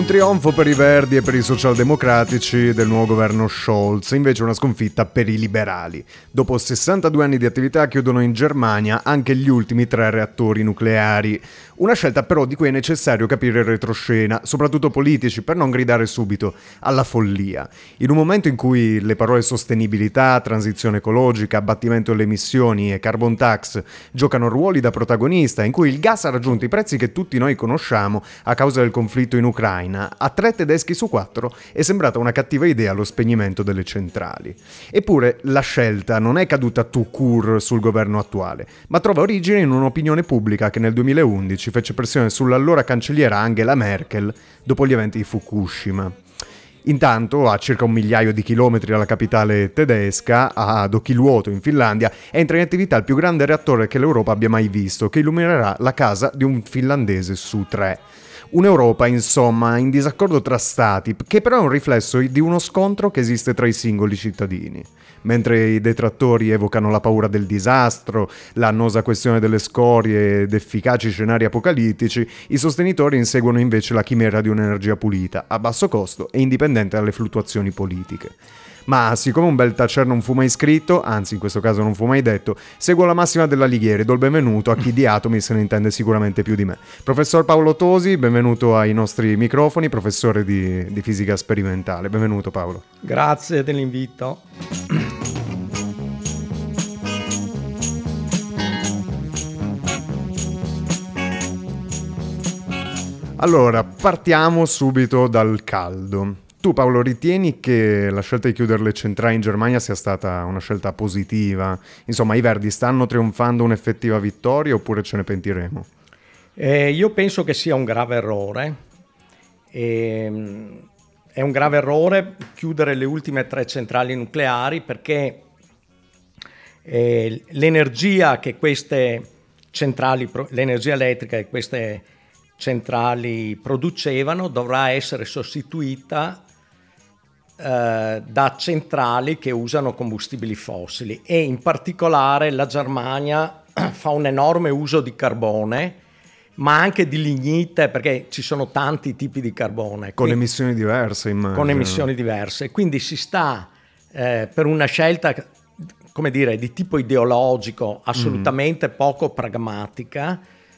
Un trionfo per i Verdi e per i socialdemocratici del nuovo governo Scholz, invece una sconfitta per i liberali. Dopo 62 anni di attività chiudono in Germania anche gli ultimi 3 reattori nucleari. Una scelta però di cui è necessario capire il retroscena, soprattutto politici, per non gridare subito alla follia. In un momento in cui le parole sostenibilità, transizione ecologica, abbattimento delle emissioni e carbon tax giocano ruoli da protagonista, in cui il gas ha raggiunto i prezzi che tutti noi conosciamo a causa del conflitto in Ucraina, a 3 tedeschi su 4 è sembrata una cattiva idea lo spegnimento delle centrali. Eppure la scelta non è caduta tout court sul governo attuale, ma trova origine in un'opinione pubblica che nel 2011 fece pressione sull'allora cancelliera Angela Merkel dopo gli eventi di Fukushima. Intanto, a circa 1 migliaio di chilometri dalla capitale tedesca, ad Olkiluoto in Finlandia, entra in attività il più grande reattore che l'Europa abbia mai visto, che illuminerà la casa di un finlandese su 3. Un'Europa, insomma, in disaccordo tra stati, che però è un riflesso di uno scontro che esiste tra i singoli cittadini. Mentre i detrattori evocano la paura del disastro, l'annosa questione delle scorie ed efficaci scenari apocalittici, i sostenitori inseguono invece la chimera di un'energia pulita, a basso costo e indipendente dalle fluttuazioni politiche. Ma siccome un bel tacer non fu mai scritto, anzi in questo caso non fu mai detto, seguo la massima della Alighieri e do il benvenuto a chi di atomi se ne intende sicuramente più di me. Professor Paolo Tosi, benvenuto ai nostri microfoni, professore di fisica sperimentale. Benvenuto Paolo. Grazie dell'invito. Allora, partiamo subito dal caldo. Tu Paolo ritieni che la scelta di chiudere le centrali in Germania sia stata una scelta positiva? Insomma, i Verdi stanno trionfando un'effettiva vittoria oppure ce ne pentiremo? Io penso che sia un grave errore. È un grave errore chiudere le ultime 3 centrali nucleari perché l'energia che queste centrali, l'energia elettrica che queste centrali producevano dovrà essere sostituita da centrali che usano combustibili fossili e in particolare la Germania fa un enorme uso di carbone, ma anche di lignite, perché ci sono tanti tipi di carbone. Con emissioni diverse, immagino. Con emissioni diverse. Quindi si sta per una scelta, come dire, di tipo ideologico, assolutamente poco pragmatica,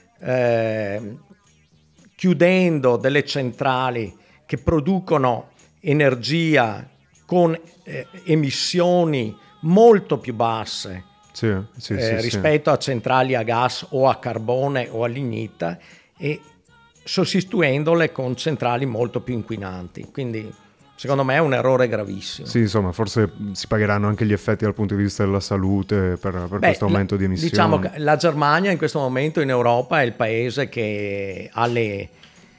chiudendo delle centrali che producono energia con emissioni molto più basse rispetto a centrali a gas o a carbone o a lignita e sostituendole con centrali molto più inquinanti. Quindi secondo me è un errore gravissimo. Sì, insomma, forse si pagheranno anche gli effetti dal punto di vista della salute per questo aumento di emissioni. Diciamo che la Germania in questo momento in Europa è il paese che ha le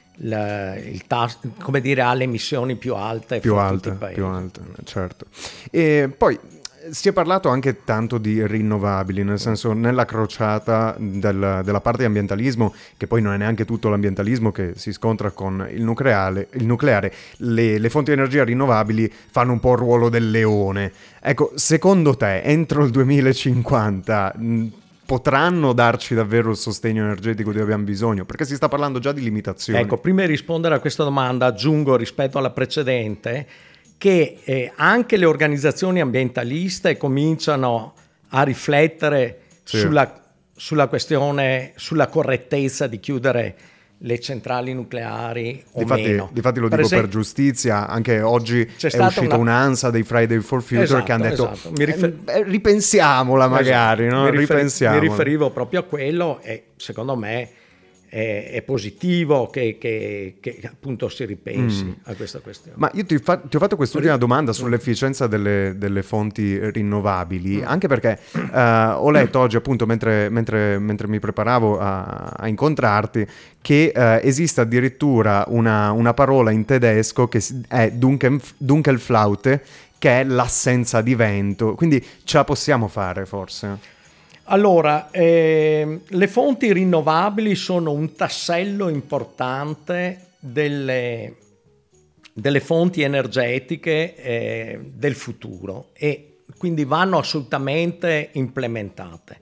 emissioni più alte tutti i paesi. Più alte, certo. E poi si è parlato anche tanto di rinnovabili, nel senso nella crociata della parte di ambientalismo, che poi non è neanche tutto l'ambientalismo che si scontra con il nucleare, le fonti di energia rinnovabili fanno un po' il ruolo del leone. Ecco, secondo te, entro il 2050 potranno darci davvero il sostegno energetico di cui abbiamo bisogno? Perché si sta parlando già di limitazioni. Ecco, prima di rispondere a questa domanda aggiungo rispetto alla precedente che anche le organizzazioni ambientaliste cominciano a riflettere sulla questione, sulla correttezza di chiudere le centrali nucleari o meno. Difatti lo dico per giustizia, anche oggi è uscita un'ANSA dei Friday for Future che hanno detto ripensiamola magari, no? Mi riferivo proprio a quello e secondo me è positivo che appunto si ripensi a questa questione. Ma io ti ho fatto quest'ultima domanda sull'efficienza delle fonti rinnovabili, anche perché ho letto oggi appunto mentre mi preparavo a incontrarti che esiste addirittura una parola in tedesco che è Dunkelflaute, che è l'assenza di vento, quindi ce la possiamo fare forse? Allora, le fonti rinnovabili sono un tassello importante delle fonti energetiche del futuro e quindi vanno assolutamente implementate.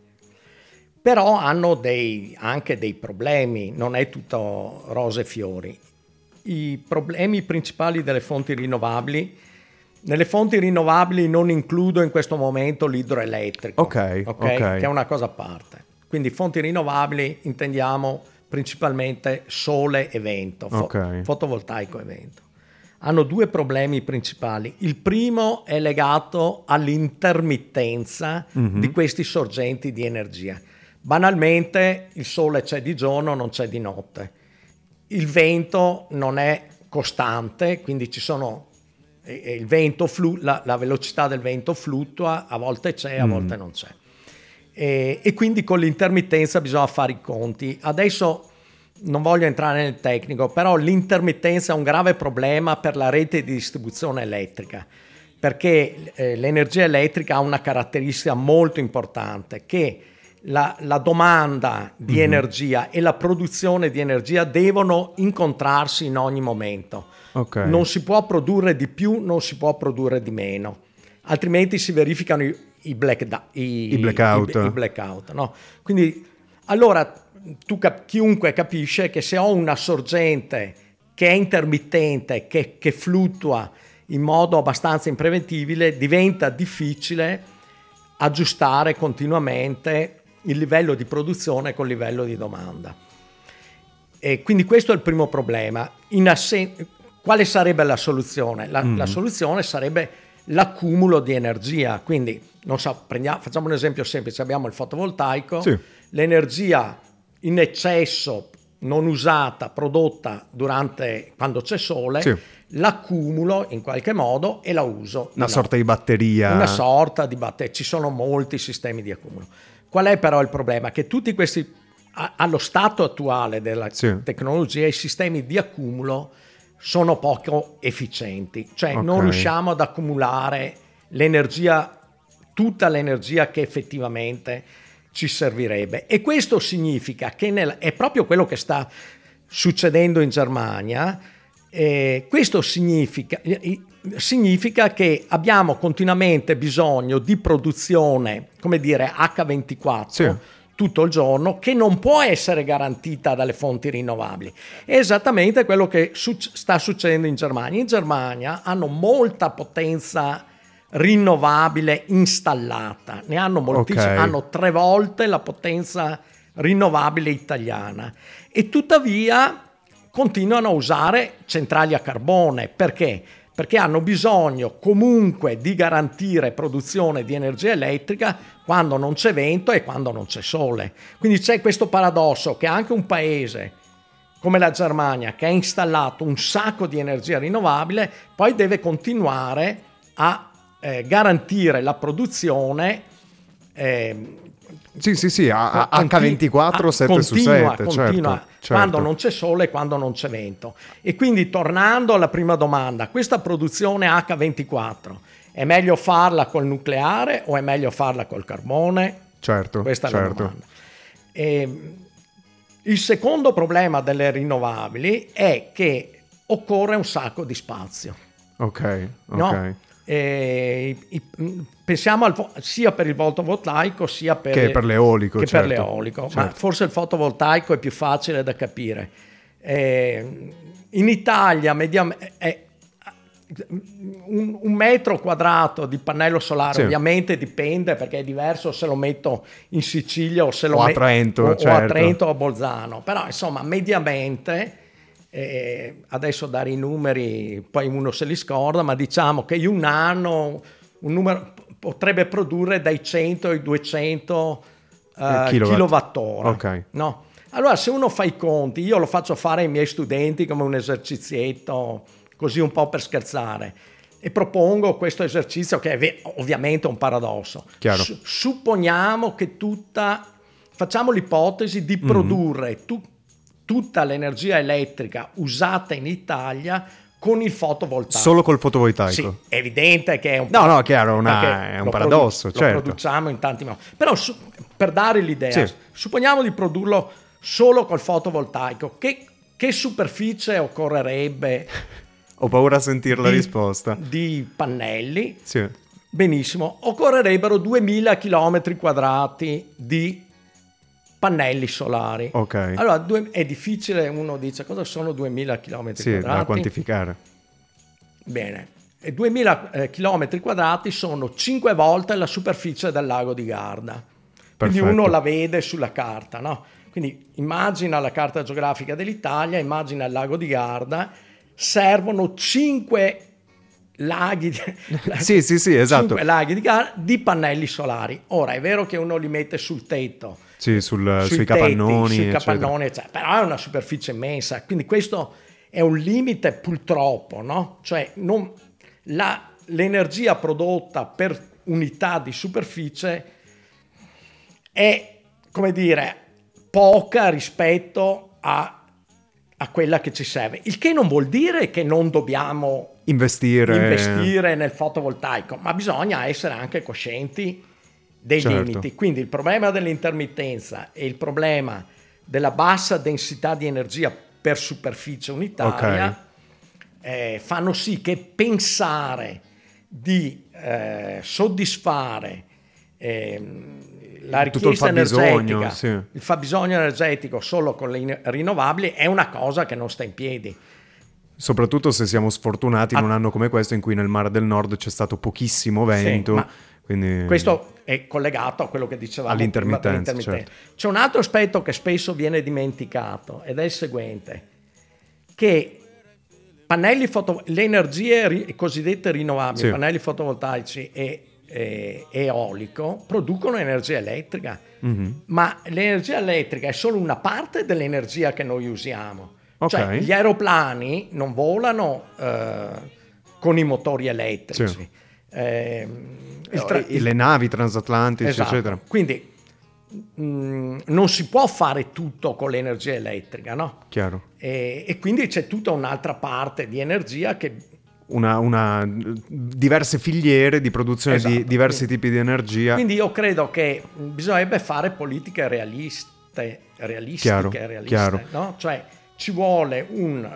Però hanno anche dei problemi, non è tutto rose e fiori. i problemi principali delle fonti rinnovabili. Nelle fonti rinnovabili non includo in questo momento l'idroelettrico, ok, che è una cosa a parte. Quindi fonti rinnovabili intendiamo principalmente sole e vento, fotovoltaico e vento. Hanno due problemi principali. Il primo è legato all'intermittenza di questi sorgenti di energia. Banalmente il sole c'è di giorno, non c'è di notte. Il vento non è costante, quindi ci sono il vento la velocità del vento fluttua, a volte c'è, a volte non c'è. E quindi con l'intermittenza bisogna fare i conti. Adesso non voglio entrare nel tecnico, però l'intermittenza è un grave problema per la rete di distribuzione elettrica, perché l'energia elettrica ha una caratteristica molto importante, che la domanda di energia e la produzione di energia devono incontrarsi in ogni momento. Non si può produrre di più, non si può produrre di meno, altrimenti si verificano i blackout. No? Quindi allora chiunque capisce che se ho una sorgente che è intermittente, che fluttua in modo abbastanza imprevedibile, diventa difficile aggiustare continuamente il livello di produzione col livello di domanda. E quindi questo è il primo problema. Quale sarebbe la soluzione? La soluzione sarebbe l'accumulo di energia. Quindi, facciamo un esempio semplice, abbiamo il fotovoltaico, l'energia in eccesso, non usata, prodotta quando c'è sole, l'accumulo in qualche modo e la uso. Una sorta di batteria. Una sorta di batteria. Ci sono molti sistemi di accumulo. Qual è però il problema? Che tutti questi, allo stato attuale della tecnologia, i sistemi di accumulo sono poco efficienti, cioè non riusciamo ad accumulare tutta l'energia che effettivamente ci servirebbe. E questo significa che è proprio quello che sta succedendo in Germania. Questo significa che abbiamo continuamente bisogno di produzione, come dire, H24 tutto il giorno, che non può essere garantita dalle fonti rinnovabili. È esattamente quello che sta succedendo in Germania. In Germania hanno molta potenza rinnovabile installata, ne hanno moltissime, hanno 3 volte la potenza rinnovabile italiana, e tuttavia continuano a usare centrali a carbone. Perché? Perché hanno bisogno comunque di garantire produzione di energia elettrica quando non c'è vento e quando non c'è sole. Quindi c'è questo paradosso che anche un paese come la Germania, che ha installato un sacco di energia rinnovabile, poi deve continuare a garantire la produzione H24 7 su 7, certo. Quando non c'è sole e quando non c'è vento. E quindi, tornando alla prima domanda, questa produzione H24 è meglio farla col nucleare o è meglio farla col carbone? Questa è la domanda. Il secondo problema delle rinnovabili è che occorre un sacco di spazio. No? Pensiamo sia per il fotovoltaico sia che per l'eolico, per l'eolico. Ma forse il fotovoltaico è più facile da capire. In Italia un metro quadrato di pannello solare, ovviamente dipende, perché è diverso se lo metto in Sicilia o se lo metto a Trento o a Bolzano, però insomma mediamente, adesso dare i numeri poi uno se li scorda, ma diciamo che in un anno un numero potrebbe produrre dai 100 ai 200 kilowattora. No? Allora, se uno fa i conti, io lo faccio fare ai miei studenti come un esercizietto, così un po' per scherzare, e propongo questo esercizio che è ovviamente un paradosso. Supponiamo che facciamo l'ipotesi di produrre tutta l'energia elettrica usata in Italia con il fotovoltaico. Solo col fotovoltaico? Sì, è evidente che è un chiaro, è un paradosso, lo produciamo in tanti modi. Però per dare l'idea, supponiamo di produrlo solo col fotovoltaico, che superficie occorrerebbe? Ho paura a sentire la risposta. Di pannelli? Benissimo, occorrerebbero 2000 km² di pannelli solari. Ok. Allora è difficile, uno dice cosa sono 2000 km quadrati? Sì, da quantificare. Bene, 2000 km quadrati sono 5 volte la superficie del lago di Garda. Quindi uno la vede sulla carta, no? Quindi immagina la carta geografica dell'Italia, immagina il lago di Garda, servono 5 laghi sì, esatto. 5 laghi di pannelli solari. Ora è vero che uno li mette sul tetto, sì, sui capannoni, eccetera, però è una superficie immensa, quindi questo è un limite purtroppo, no? Cioè l'energia prodotta per unità di superficie è, come dire, poca rispetto a quella che ci serve, il che non vuol dire che non dobbiamo investire nel fotovoltaico, ma bisogna essere anche coscienti dei limiti. Quindi il problema dell'intermittenza e il problema della bassa densità di energia per superficie unitaria fanno sì che pensare di soddisfare la richiesta energetica, il fabbisogno energetico solo con le rinnovabili è una cosa che non sta in piedi. Soprattutto se siamo sfortunati in un anno come questo in cui nel Mare del Nord c'è stato pochissimo vento. Quindi questo è collegato a quello che dicevamo all'intermittenza. Certo. C'è un altro aspetto che spesso viene dimenticato ed è il seguente, che le energie cosiddette rinnovabili, pannelli fotovoltaici e eolico producono energia elettrica, ma l'energia elettrica è solo una parte dell'energia che noi usiamo. Cioè gli aeroplani non volano con i motori elettrici, le navi transatlantiche, eccetera. Quindi non si può fare tutto con l'energia elettrica, no? Chiaro. E quindi c'è tutta un'altra parte di energia che diverse filiere di produzione di diversi tipi di energia. Quindi io credo che bisognerebbe fare politiche realistiche, chiaro. no? Cioè ci vuole un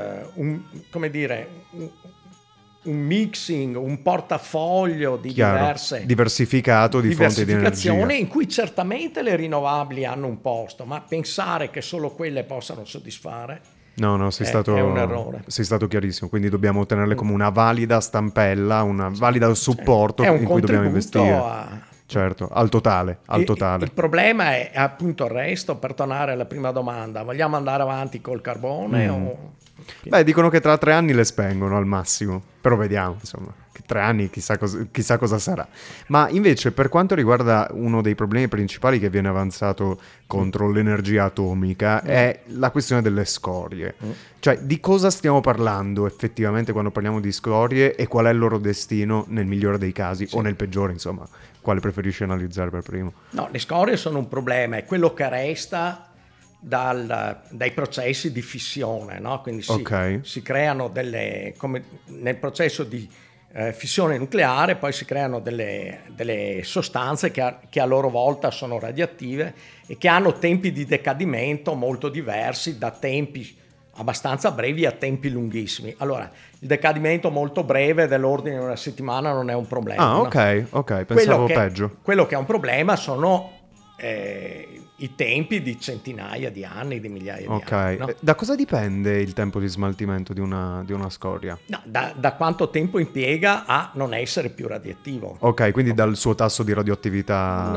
mixing, un portafoglio di diversificato di fonti di energia, in cui certamente le rinnovabili hanno un posto, ma pensare che solo quelle possano soddisfare è un errore. Sei stato chiarissimo, quindi dobbiamo tenerle come una valida stampella, una valida supporto in cui dobbiamo investire. Certo, al totale. Il problema è appunto il resto. Per tornare alla prima domanda, vogliamo andare avanti col carbone? Beh, dicono che tra 3 anni le spengono al massimo, però vediamo, insomma, che 3 anni chissà cosa sarà. Ma invece per quanto riguarda uno dei problemi principali che viene avanzato contro l'energia atomica è la questione delle scorie. Cioè di cosa stiamo parlando effettivamente quando parliamo di scorie e qual è il loro destino nel migliore dei casi o nel peggiore, insomma, quale preferisci analizzare per primo? No, le scorie sono un problema, è quello che resta dai processi di fissione, no? Quindi si creano come nel processo di fissione nucleare, poi si creano delle sostanze che a loro volta sono radioattive e che hanno tempi di decadimento molto diversi, da tempi abbastanza brevi a tempi lunghissimi. Allora, il decadimento molto breve dell'ordine di una settimana non è un problema. Ok, pensavo peggio. Quello che è un problema sono i tempi di centinaia di anni, di migliaia di anni. No? Da cosa dipende il tempo di smaltimento di una scoria? No, da quanto tempo impiega a non essere più radioattivo. Ok, quindi dal suo tasso di radioattività.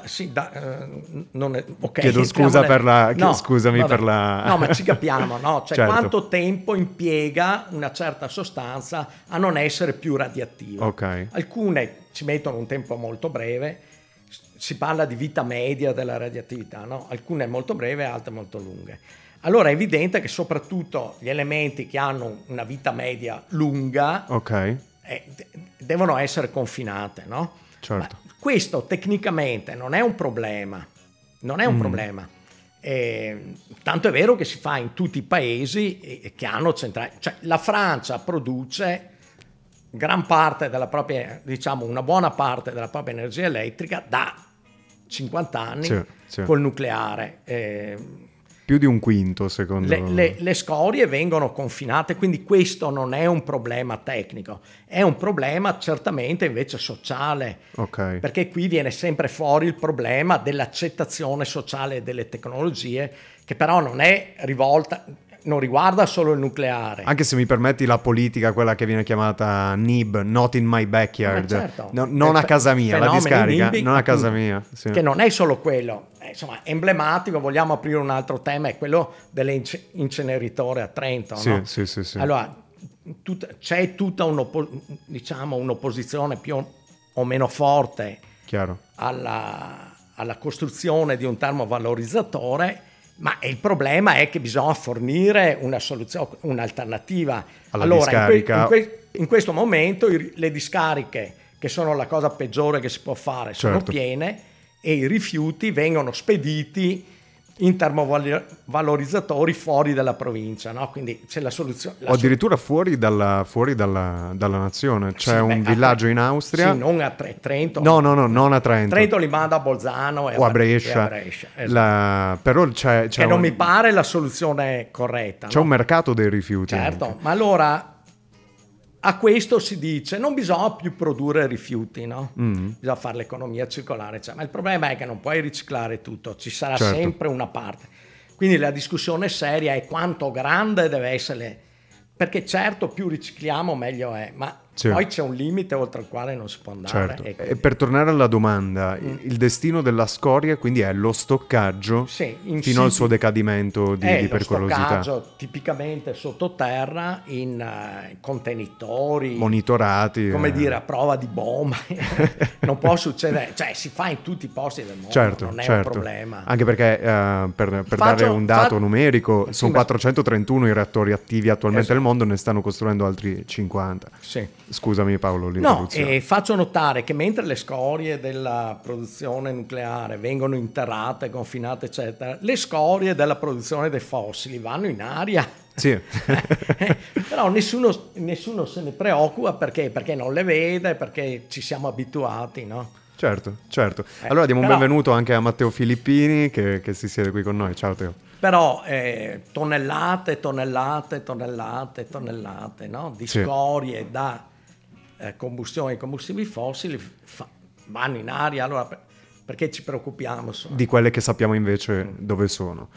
Chiedo scusa per la. Scusami per la. No, ma ci capiamo, no? Cioè, certo. Quanto tempo impiega una certa sostanza a non essere più radioattiva? Ok. Alcune ci mettono un tempo molto breve. Si parla di vita media della radioattività, no? Alcune molto breve, altre molto lunghe. Allora è evidente che soprattutto gli elementi che hanno una vita media lunga devono essere confinate, no? Certo. Ma questo tecnicamente non è un problema, problema. Tanto è vero che si fa in tutti i paesi che hanno centrali. Cioè la Francia produce gran parte della propria, una buona parte della propria energia elettrica da 50 anni col nucleare. Più di un quinto, secondo me. Le scorie vengono confinate, quindi questo non è un problema tecnico, è un problema certamente invece sociale, perché qui viene sempre fuori il problema dell'accettazione sociale delle tecnologie, che però non è non riguarda solo il nucleare. Anche se mi permetti, la politica, quella che viene chiamata NIB, not in my backyard, certo. Non a casa mia, la discarica, NIMBY, non a casa mia. Sì. Che non è solo quello, insomma, emblematico, vogliamo aprire un altro tema, è quello dell'inceneritore a Trento. Sì, no? Sì. Allora, c'è tutta un'opposizione più o meno forte alla costruzione di un termovalorizzatore, ma il problema è che bisogna fornire una soluzione, un'alternativa. Discarica. In questo momento le discariche, che sono la cosa peggiore che si può fare, sono piene, e i rifiuti vengono spediti in termovalorizzatori fuori dalla provincia, no? Quindi c'è la soluzione. O addirittura fuori dalla nazione. C'è un villaggio in Austria. Sì, non a Trento. No, non a Trento. Trento li manda a Bolzano o a Brescia. Esatto. Però c'è che non mi pare la soluzione corretta. C'è un mercato dei rifiuti. Certo, anche. Ma allora a questo si dice non bisogna più produrre rifiuti, no? Bisogna fare l'economia circolare, ma il problema è che non puoi riciclare tutto, ci sarà sempre una parte. Quindi la discussione seria è quanto grande deve essere, perché certo più ricicliamo meglio è, ma poi c'è un limite oltre il quale non si può andare. E per tornare alla domanda, il destino della scoria quindi è lo stoccaggio fino al suo decadimento di pericolosità. Lo stoccaggio tipicamente sottoterra in contenitori monitorati, come dire, a prova di bomba. Non può succedere, si fa in tutti i posti del mondo, non è un problema. Anche perché per dare un dato numerico, sono 431 i reattori attivi attualmente nel mondo, ne stanno costruendo altri 50. Scusami Paolo, l'interruzione. No, e faccio notare che mentre le scorie della produzione nucleare vengono interrate, confinate, eccetera, le scorie della produzione dei fossili vanno in aria. Sì. Però nessuno se ne preoccupa perché non le vede, perché ci siamo abituati, no? Certo. Allora diamo un benvenuto anche a Matteo Filippini che si siede qui con noi. Ciao Teo. Però tonnellate, no? Di scorie da combustione di combustibili fossili vanno in aria, allora perché ci preoccupiamo? Di quelle che sappiamo invece dove sono.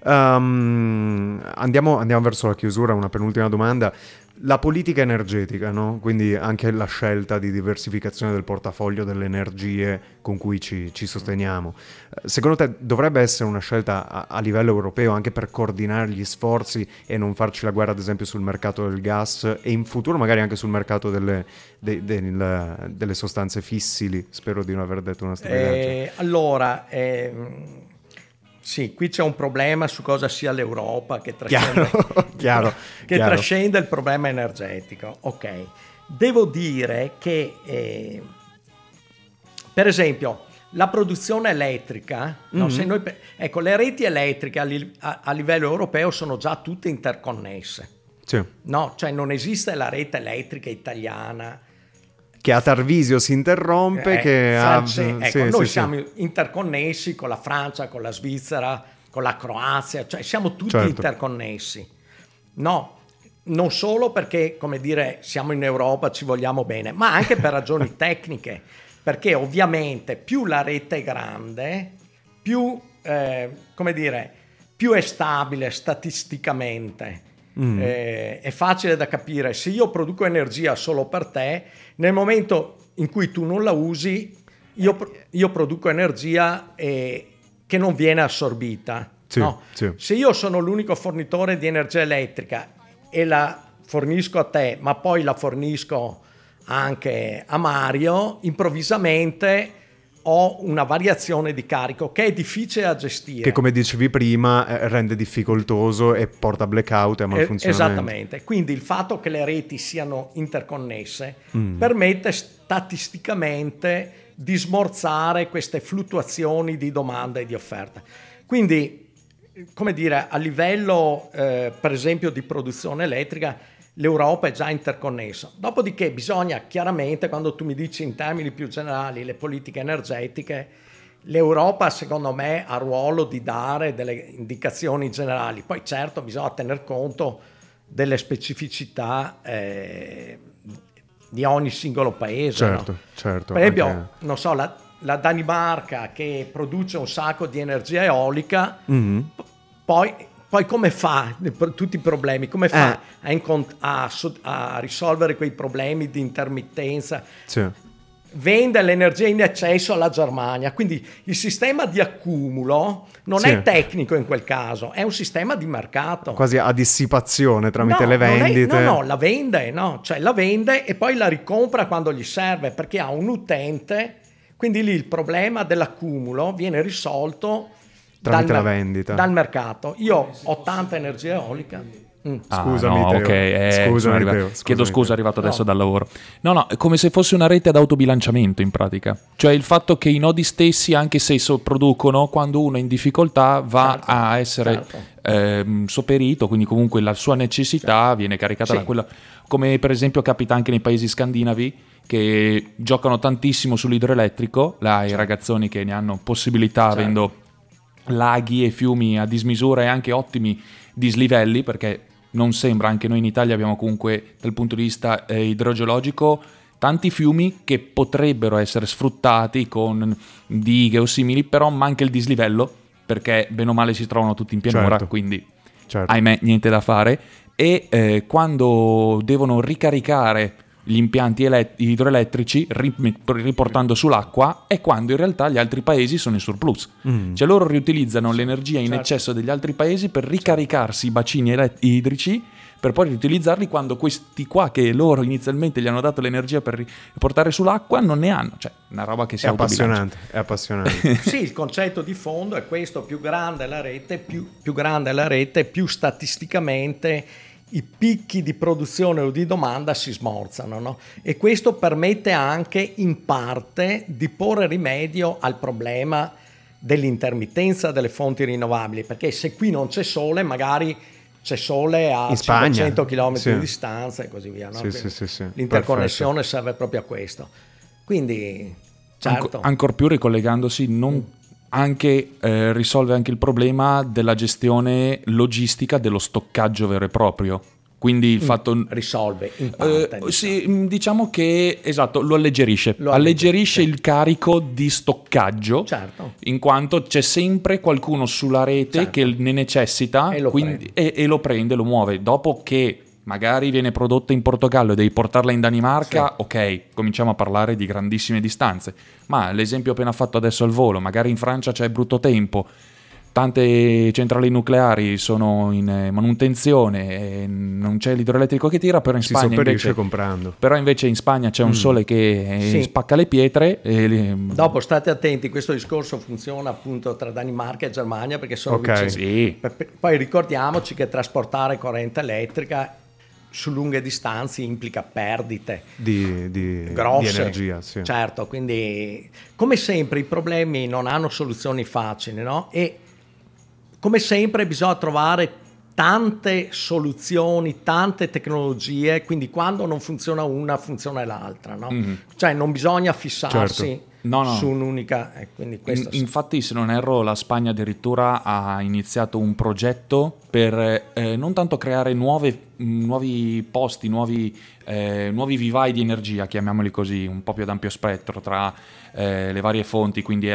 Andiamo verso la chiusura, una penultima domanda. La politica energetica, no? Quindi anche la scelta di diversificazione del portafoglio delle energie con cui ci sosteniamo. Secondo te dovrebbe essere una scelta a livello europeo anche per coordinare gli sforzi e non farci la guerra ad esempio sul mercato del gas e in futuro magari anche sul mercato delle sostanze fissili? Spero di non aver detto una stupidaggine. Allora... Sì, qui c'è un problema su cosa sia l'Europa che trascende, trascende il problema energetico. Ok, devo dire che, per esempio, la produzione elettrica, no, se noi, le reti elettriche a livello europeo sono già tutte interconnesse. Sì. No, cioè non esiste la rete elettrica italiana che a Tarvisio si interrompe, noi siamo interconnessi con la Francia, con la Svizzera, con la Croazia, cioè siamo tutti interconnessi. No, non solo perché, come dire, siamo in Europa, ci vogliamo bene, ma anche per ragioni tecniche, perché ovviamente più la rete è grande, più è stabile statisticamente. È facile da capire. Se io produco energia solo per te, nel momento in cui tu non la usi, io produco energia che non viene assorbita. No? Se io sono l'unico fornitore di energia elettrica e la fornisco a te, ma poi la fornisco anche a Mario, improvvisamente ho una variazione di carico che è difficile da gestire. Che, come dicevi prima, rende difficoltoso e porta a blackout e a malfunzionamento. Esattamente. Quindi il fatto che le reti siano interconnesse permette statisticamente di smorzare queste fluttuazioni di domanda e di offerta. Quindi, come dire, a livello, per esempio, di produzione elettrica, l'Europa è già interconnessa. Dopodiché bisogna chiaramente, quando tu mi dici in termini più generali le politiche energetiche, l'Europa secondo me ha ruolo di dare delle indicazioni generali, poi certo bisogna tener conto delle specificità di ogni singolo paese. Certo, no? certo. Per esempio, non so, la Danimarca che produce un sacco di energia eolica, poi come fa tutti i problemi? Come fa a risolvere quei problemi di intermittenza? Sì. Vende l'energia in eccesso alla Germania, quindi il sistema di accumulo non è tecnico in quel caso, è un sistema di mercato. Quasi a dissipazione tramite le vendite. No, la vende, cioè la vende e poi la ricompra quando gli serve, perché ha un utente, quindi lì il problema dell'accumulo viene risolto tramite la vendita. Dal mercato. Io ho tanta energia eolica. Scusami, no, Teo. Scusami, chiedo scusa, arrivato adesso dal lavoro. No, è come se fosse una rete ad autobilanciamento in pratica. Cioè il fatto che i nodi stessi, anche se producono, quando uno è in difficoltà va a essere sopperito, quindi comunque la sua necessità viene caricata da quella. Come per esempio capita anche nei paesi scandinavi, che giocano tantissimo sull'idroelettrico, i ragazzoni che ne hanno possibilità avendo laghi e fiumi a dismisura e anche ottimi dislivelli, perché non sembra, anche noi in Italia abbiamo comunque dal punto di vista idrogeologico tanti fiumi che potrebbero essere sfruttati con dighe o simili, però manca il dislivello perché bene o male si trovano tutti in pianura, quindi ahimè niente da fare. E quando devono ricaricare gli impianti idroelettrici riportando sull'acqua è quando in realtà gli altri paesi sono in surplus. Cioè loro riutilizzano l'energia in eccesso degli altri paesi per ricaricarsi i bacini idrici, per poi riutilizzarli quando questi qua che loro inizialmente gli hanno dato l'energia per portare sull'acqua non ne hanno. Cioè una roba che si autobilancia. È appassionante. Sì, il concetto di fondo è questo: più grande la rete, più statisticamente i picchi di produzione o di domanda si smorzano, no? E questo permette anche in parte di porre rimedio al problema dell'intermittenza delle fonti rinnovabili, perché se qui non c'è sole, magari c'è sole a 500 km di distanza e così via, no? Sì. L'interconnessione serve proprio a questo. Quindi, certo. Ancor più ricollegandosi, risolve anche il problema della gestione logistica dello stoccaggio vero e proprio. Quindi il fatto risolve in parte, sì, diciamo che lo alleggerisce il carico di stoccaggio, in quanto c'è sempre qualcuno sulla rete che ne necessita e lo prende, lo muove. Dopo che magari viene prodotta in Portogallo e devi portarla in Danimarca, ok, cominciamo a parlare di grandissime distanze. Ma l'esempio appena fatto adesso al volo, magari in Francia c'è brutto tempo, tante centrali nucleari sono in manutenzione e non c'è l'idroelettrico che tira, però in Spagna invece comprando. Però invece in Spagna c'è un sole che spacca le pietre Dopo state attenti, questo discorso funziona appunto tra Danimarca e Germania perché sono vicini. Poi ricordiamoci che trasportare corrente elettrica su lunghe distanze implica perdite grosse di energia, certo, quindi come sempre i problemi non hanno soluzioni facili, no? E come sempre bisogna trovare tante soluzioni, tante tecnologie, quindi quando non funziona una funziona l'altra, no? Cioè non bisogna fissarsi su un'unica, quindi questo infatti se non erro la Spagna addirittura ha iniziato un progetto per non tanto creare nuovi posti, nuovi vivai di energia, chiamiamoli così, un po' più ad ampio spettro tra le varie fonti, quindi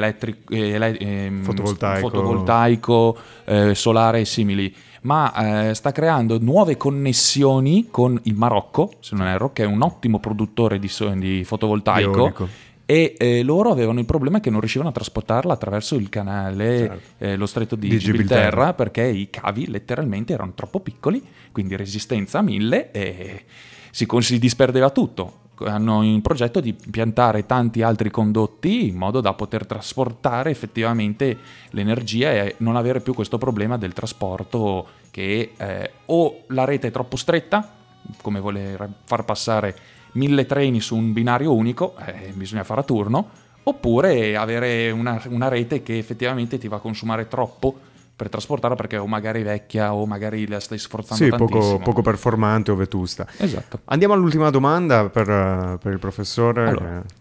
fotovoltaico, solare e simili, ma sta creando nuove connessioni con il Marocco, se non erro, che è un ottimo produttore di fotovoltaico. E loro avevano il problema che non riuscivano a trasportarla attraverso il canale, lo stretto di Gibilterra, perché i cavi letteralmente erano troppo piccoli, quindi resistenza a 1000 e si disperdeva tutto. Hanno in progetto di piantare tanti altri condotti in modo da poter trasportare effettivamente l'energia e non avere più questo problema del trasporto che o la rete è troppo stretta, come voler far passare 1000 treni su un binario unico, bisogna fare a turno, oppure avere una rete che effettivamente ti va a consumare troppo per trasportarla perché o magari vecchia o magari la stai sforzando tantissimo. Poco performante o vetusta. Esatto. Andiamo all'ultima domanda per il professore. Allora,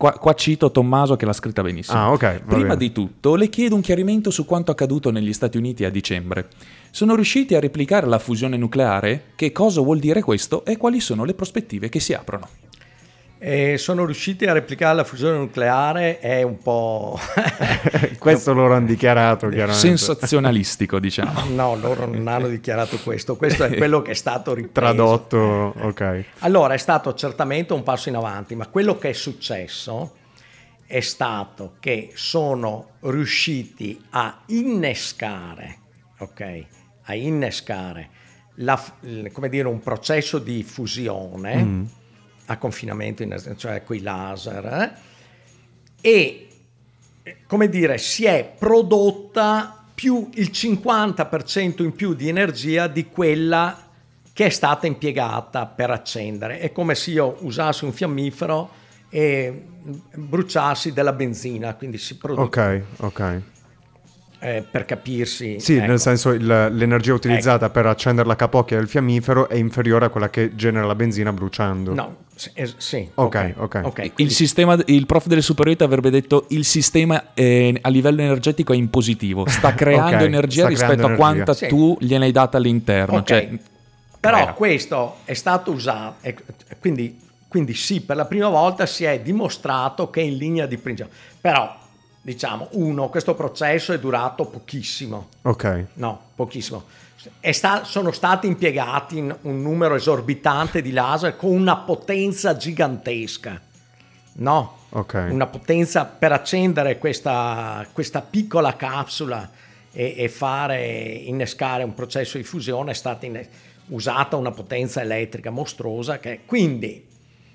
Qua cito Tommaso che l'ha scritta benissimo. Ah, ok. Prima di tutto le chiedo un chiarimento su quanto accaduto negli Stati Uniti a dicembre. Sono riusciti a replicare la fusione nucleare? Che cosa vuol dire questo e quali sono le prospettive che si aprono? Sono riusciti a replicare la fusione nucleare, è un po'... Questo loro hanno dichiarato, chiaramente. Sensazionalistico, diciamo. No, loro non hanno dichiarato questo è quello che è stato ripreso. Tradotto, ok. Allora, è stato certamente un passo in avanti, ma quello che è successo è stato che sono riusciti a innescare, ok? A innescare come dire, un processo di fusione a confinamento, cioè coi laser, e come dire, si è prodotta più il 50% in più di energia di quella che è stata impiegata per accendere. È come se io usassi un fiammifero e bruciassi della benzina, quindi si produce. Ok. Per capirsi. Sì, ecco. Nel senso l'energia utilizzata per accendere la capocchia del fiammifero è inferiore a quella che genera la benzina bruciando. No, sì. Ok. Quindi... Il prof delle superiori avrebbe detto il sistema a livello energetico è in positivo, sta creando energia rispetto a quanta tu gliene hai data all'interno. Okay. Cioè, però questo è stato usato, quindi sì, per la prima volta si è dimostrato che in linea di principio. Però diciamo, questo processo è durato pochissimo. Ok. No, pochissimo. Sono stati impiegati un numero esorbitante di laser con una potenza gigantesca. No? Ok. Una potenza per accendere questa piccola capsula e fare innescare un processo di fusione è stata usata una potenza elettrica mostruosa quindi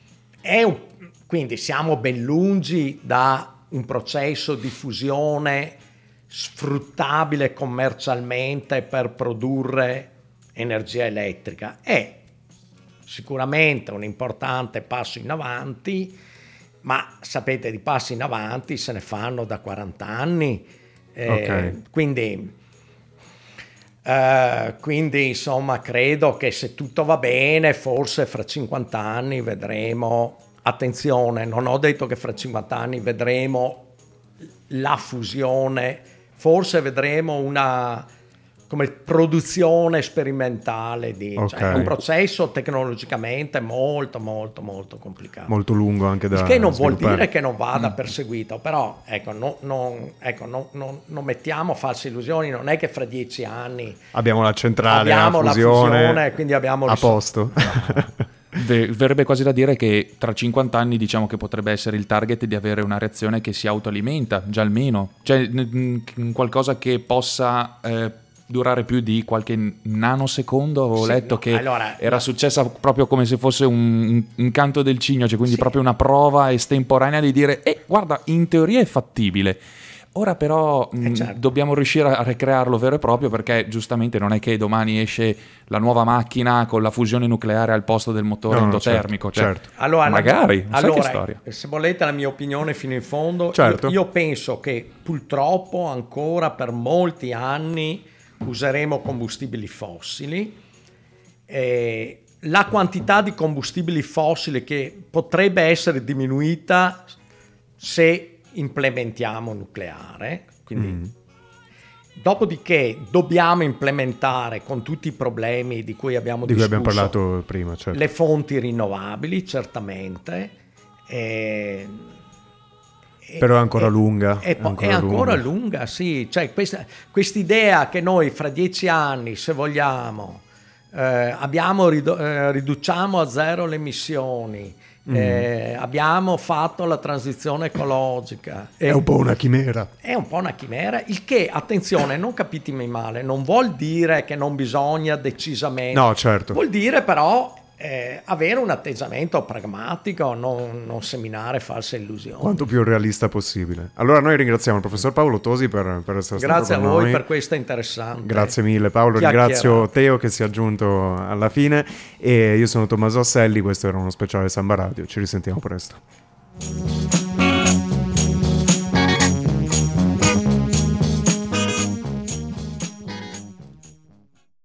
siamo ben lungi da un processo di fusione sfruttabile commercialmente per produrre energia elettrica. È sicuramente un importante passo in avanti, ma sapete, di passi in avanti se ne fanno da 40 anni. Quindi insomma credo che se tutto va bene forse fra 50 anni vedremo. Attenzione, non ho detto che fra 50 anni vedremo la fusione, forse vedremo una come produzione sperimentale cioè un processo tecnologicamente molto molto molto complicato. Molto lungo anche da che non vuol dire che non vada perseguito, però non mettiamo false illusioni, non è che fra 10 anni abbiamo la centrale, abbiamo la fusione quindi abbiamo a posto. Verrebbe quasi da dire che tra 50 anni diciamo che potrebbe essere il target di avere una reazione che si autoalimenta, già almeno, cioè qualcosa che possa durare più di qualche nanosecondo. Avevo letto che era successa proprio come se fosse un canto del cigno, cioè quindi proprio una prova estemporanea di dire guarda, in teoria è fattibile. Ora però dobbiamo riuscire a ricrearlo vero e proprio, perché giustamente non è che domani esce la nuova macchina con la fusione nucleare al posto del motore endotermico. Certo. Allora, magari, sai che storia. Se volete la mia opinione fino in fondo, certo. io penso che purtroppo ancora per molti anni useremo combustibili fossili. La quantità di combustibili fossili che potrebbe essere diminuita se implementiamo nucleare, quindi dopodiché dobbiamo implementare con tutti i problemi di cui abbiamo discusso, abbiamo parlato prima, certo. Le fonti rinnovabili certamente, però è ancora lunga. È ancora lunga, sì. Cioè quest'idea che noi fra 10 anni, se vogliamo, riduciamo a zero le emissioni, abbiamo fatto la transizione ecologica. È un po' una chimera. È un po' una chimera, il che, attenzione, non capitemi male, non vuol dire che non bisogna decisamente. No, certo. Vuol dire però avere un atteggiamento pragmatico, non seminare false illusioni. Quanto più realista possibile. Allora noi ringraziamo il professor Paolo Tosi per essere stato con noi. Grazie a voi per questa interessante. Grazie mille Paolo, ringrazio Teo che si è aggiunto alla fine e io sono Tommaso Asselli, questo era uno speciale Samba Radio, ci risentiamo presto.